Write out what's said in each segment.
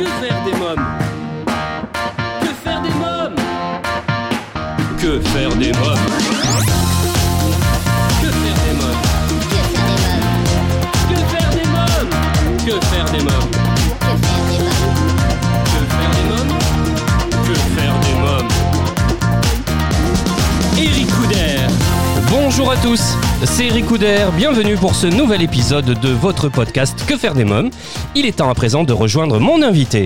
Que faire des mômes? Que faire des mômes? Que faire des mômes? Que faire des mômes? Que faire des mômes? Que faire des mômes? Que faire des mômes? Que faire des mômes? Eric Couder. Bonjour à tous, c'est Eric Couder, bienvenue pour ce nouvel épisode de votre podcast Que faire des mômes. Il est temps à présent de rejoindre mon invité.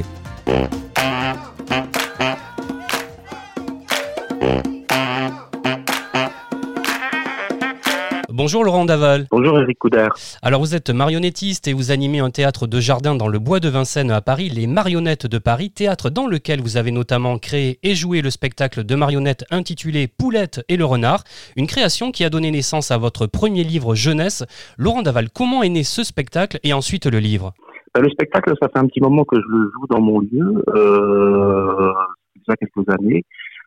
Bonjour Laurent Daval. Bonjour Eric Couder. Alors vous êtes marionnettiste et vous animez un théâtre de jardin dans le bois de Vincennes à Paris, les Marionnettes de Paris, théâtre dans lequel vous avez notamment créé et joué le spectacle de marionnettes intitulé Poulette et le renard, une création qui a donné naissance à votre premier livre jeunesse. Laurent Daval, comment est né ce spectacle et ensuite le livre? Le spectacle, ça fait un petit moment que je le joue dans mon lieu, déjà quelques années.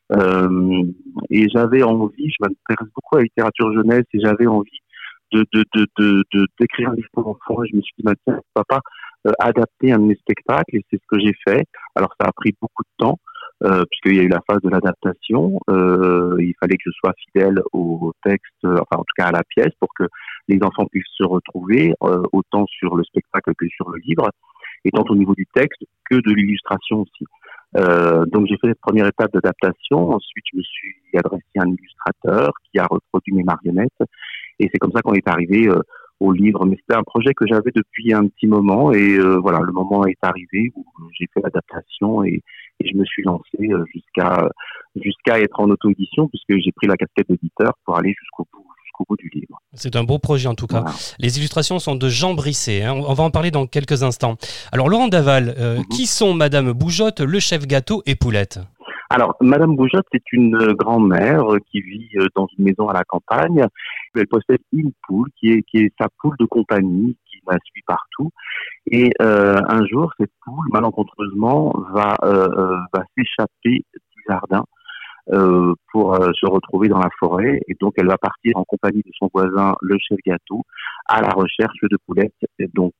Et j'avais envie, je m'intéresse beaucoup à la littérature jeunesse et j'avais envie d'écrire un livre pour enfants. Et je me suis dit, tiens, pourquoi pas adapter un de mes spectacles, et c'est ce que j'ai fait. Alors ça a pris beaucoup de temps, puisqu'il y a eu la phase de l'adaptation. Il fallait que je sois fidèle au texte, enfin en tout cas à la pièce, pour que les enfants puissent se retrouver, autant sur le spectacle que sur le livre, et tant au niveau du texte que de l'illustration aussi. Donc j'ai fait cette première étape d'adaptation. Ensuite, je me suis adressé à un illustrateur qui a reproduit mes marionnettes, et c'est comme ça qu'on est arrivé au livre. Mais c'était un projet que j'avais depuis un petit moment, et voilà, le moment est arrivé où j'ai fait l'adaptation et je me suis lancé jusqu'à être en auto-édition, puisque j'ai pris la casquette d'éditeur pour aller jusqu'au bout du livre. C'est un beau projet en tout cas. Voilà. Les illustrations sont de Jean Brisset, hein. On va en parler dans quelques instants. Alors Laurent Daval, qui sont Madame Boujotte, le chef gâteau et Poulette? Alors Madame Boujotte, c'est une grand-mère qui vit dans une maison à la campagne. Elle possède une poule qui est sa poule de compagnie, qui la suit partout. Et un jour, cette poule, malencontreusement, va s'échapper du jardin pour se retrouver dans la forêt, et donc elle va partir en compagnie de son voisin le chef gâteau à la recherche de poulettes. Et donc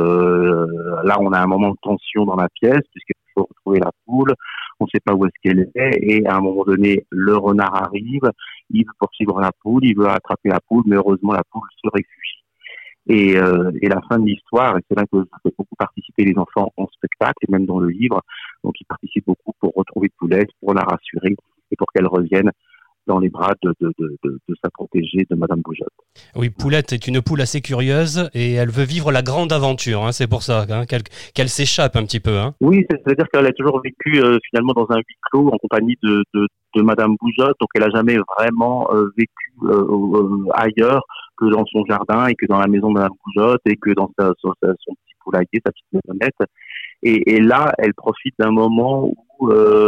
là on a un moment de tension dans la pièce, puisqu'il faut retrouver la poule, on ne sait pas où est-ce qu'elle est, et à un moment donné le renard arrive, il veut poursuivre la poule, il veut attraper la poule, mais heureusement la poule se réfugie. Et la fin de l'histoire, et c'est là que je fais beaucoup participer les enfants en spectacle et même dans le livre, donc ils participent beaucoup pour retrouver Poulette, pour la rassurer et pour qu'elle revienne dans les bras de sa protégée, de Madame Boujotte. Oui, Poulette est une poule assez curieuse et elle veut vivre la grande aventure, hein, c'est pour ça qu'elle s'échappe un petit peu. Hein. Oui, c'est-à-dire qu'elle a toujours vécu finalement dans un huis clos en compagnie de Madame Boujotte, donc elle n'a jamais vraiment vécu ailleurs que dans son jardin et que dans la maison de Madame Boujotte et que dans son petit poulailler, sa petite maisonnette. Et là, elle profite d'un moment où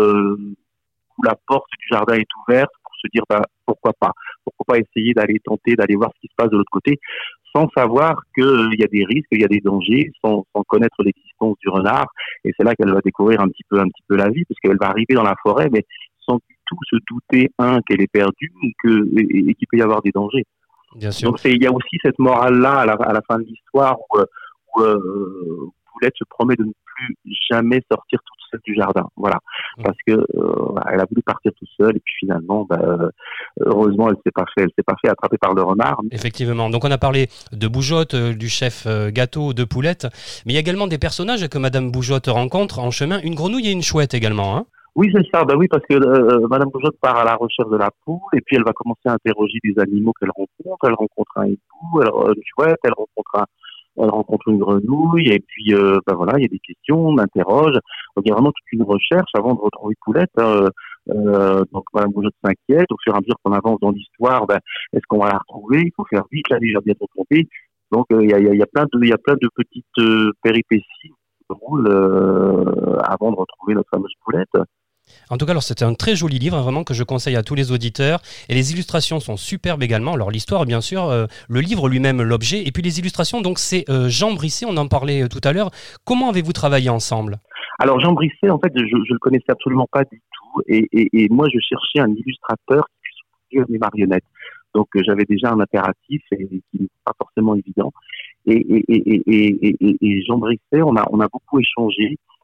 la porte du jardin est ouverte pour se dire pourquoi pas essayer d'aller voir ce qui se passe de l'autre côté, sans savoir qu'il y a des risques, il y a des dangers, sans connaître l'existence du renard. Et c'est là qu'elle va découvrir un petit peu la vie, parce qu'elle va arriver dans la forêt, mais sans du tout se douter qu'elle est perdue et qu'il peut y avoir des dangers. Bien sûr. Donc il y a aussi cette morale-là à la fin de l'histoire où Poulette se promet de ne plus jamais sortir toute seule du jardin. Voilà. Parce que elle a voulu partir toute seule et puis finalement, heureusement, elle s'est pas fait attraper par le renard. Effectivement. Donc on a parlé de Boujotte, du chef gâteau, de Poulette, mais il y a également des personnages que Madame Boujotte rencontre en chemin, une grenouille et une chouette également, hein. Oui, c'est ça. Oui, parce que Madame Boujotte part à la recherche de la poule et puis elle va commencer à interroger des animaux qu'elle rencontre. Elle rencontre un hibou, une chouette, elle rencontre une grenouille, et puis voilà, il y a des questions, on interroge. Donc il y a vraiment toute une recherche avant de retrouver Poulette. Donc Madame Boujotte s'inquiète. Au fur et à mesure qu'on avance dans l'histoire, est-ce qu'on va la retrouver? Il faut faire vite, là déjà bientôt tombé. Donc il y a plein de petites péripéties qui se roulent avant de retrouver notre fameuse Poulette. En tout cas, alors c'était un très joli livre, vraiment, que je conseille à tous les auditeurs. Et les illustrations sont superbes également. Alors l'histoire, bien sûr, le livre lui-même, l'objet. Et puis les illustrations, donc c'est Jean Brisset, on en parlait tout à l'heure. Comment avez-vous travaillé ensemble? Alors Jean Brisset, en fait, je le connaissais absolument pas du tout. Et moi, je cherchais un illustrateur qui puisse produire mes marionnettes. Donc j'avais déjà un impératif et qui n'est pas forcément évident. Et Jean Brisset, on a beaucoup échangé.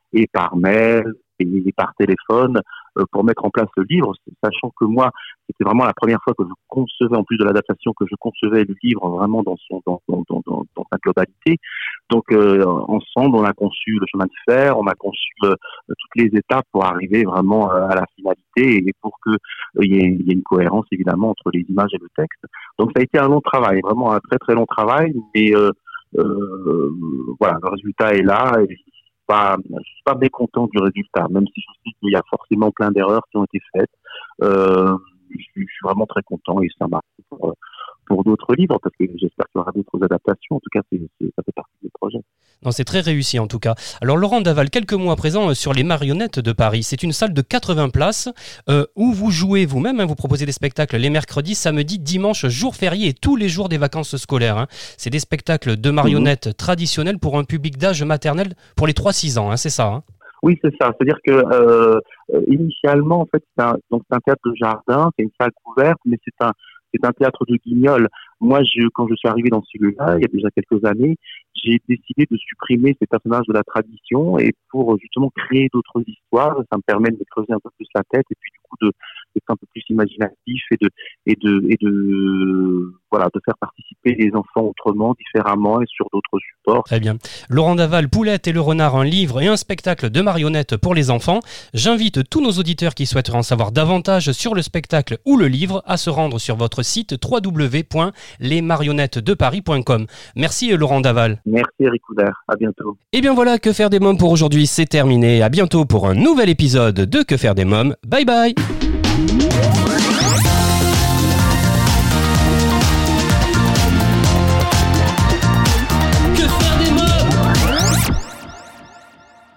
et par mail et par téléphone pour mettre en place le livre, sachant que moi, c'était vraiment la première fois que je concevais, en plus de l'adaptation, que je concevais le livre vraiment dans sa globalité. Donc ensemble, on a conçu le chemin de fer, on a conçu toutes les étapes pour arriver vraiment à la finalité et pour que il y ait une cohérence évidemment entre les images et le texte. Donc ça a été un long travail, vraiment un très très long travail, mais voilà, le résultat est là. Et je suis pas mécontent du résultat, même si je sais qu'il y a forcément plein d'erreurs qui ont été faites. Je suis vraiment très content et ça marche pour d'autres livres, parce que j'espère qu'il y aura d'autres adaptations. En tout cas, ça fait partie du projet. Non, c'est très réussi en tout cas. Alors Laurent Daval, quelques mots à présent sur les Marionnettes de Paris. C'est une salle de 80 places où vous jouez vous-même, vous proposez des spectacles les mercredis, samedis, dimanches, jours fériés et tous les jours des vacances scolaires. C'est des spectacles de marionnettes traditionnels pour un public d'âge maternel pour les 3-6 ans, c'est ça Oui, c'est ça. C'est-à-dire que initialement, en fait, c'est un théâtre de jardin, c'est une salle couverte, mais c'est un théâtre de Guignol. Moi, quand je suis arrivé dans ce lieu-là, il y a déjà quelques années, j'ai décidé de supprimer ces personnages de la tradition et pour justement créer d'autres histoires. Ça me permet de me creuser un peu plus la tête et puis du coup d'être un peu plus imaginatif et de faire participer les enfants autrement, différemment et sur d'autres supports. Très bien. Laurent Daval, Poulette et le renard, un livre et un spectacle de marionnettes pour les enfants. J'invite tous nos auditeurs qui souhaiteraient en savoir davantage sur le spectacle ou le livre à se rendre sur votre site www.lesmarionnettesdeparis.com. Merci Laurent Daval. Merci Eric Couder. À bientôt. Et bien voilà, Que faire des mômes pour aujourd'hui, c'est terminé. À bientôt pour un nouvel épisode de Que faire des mômes. Bye bye.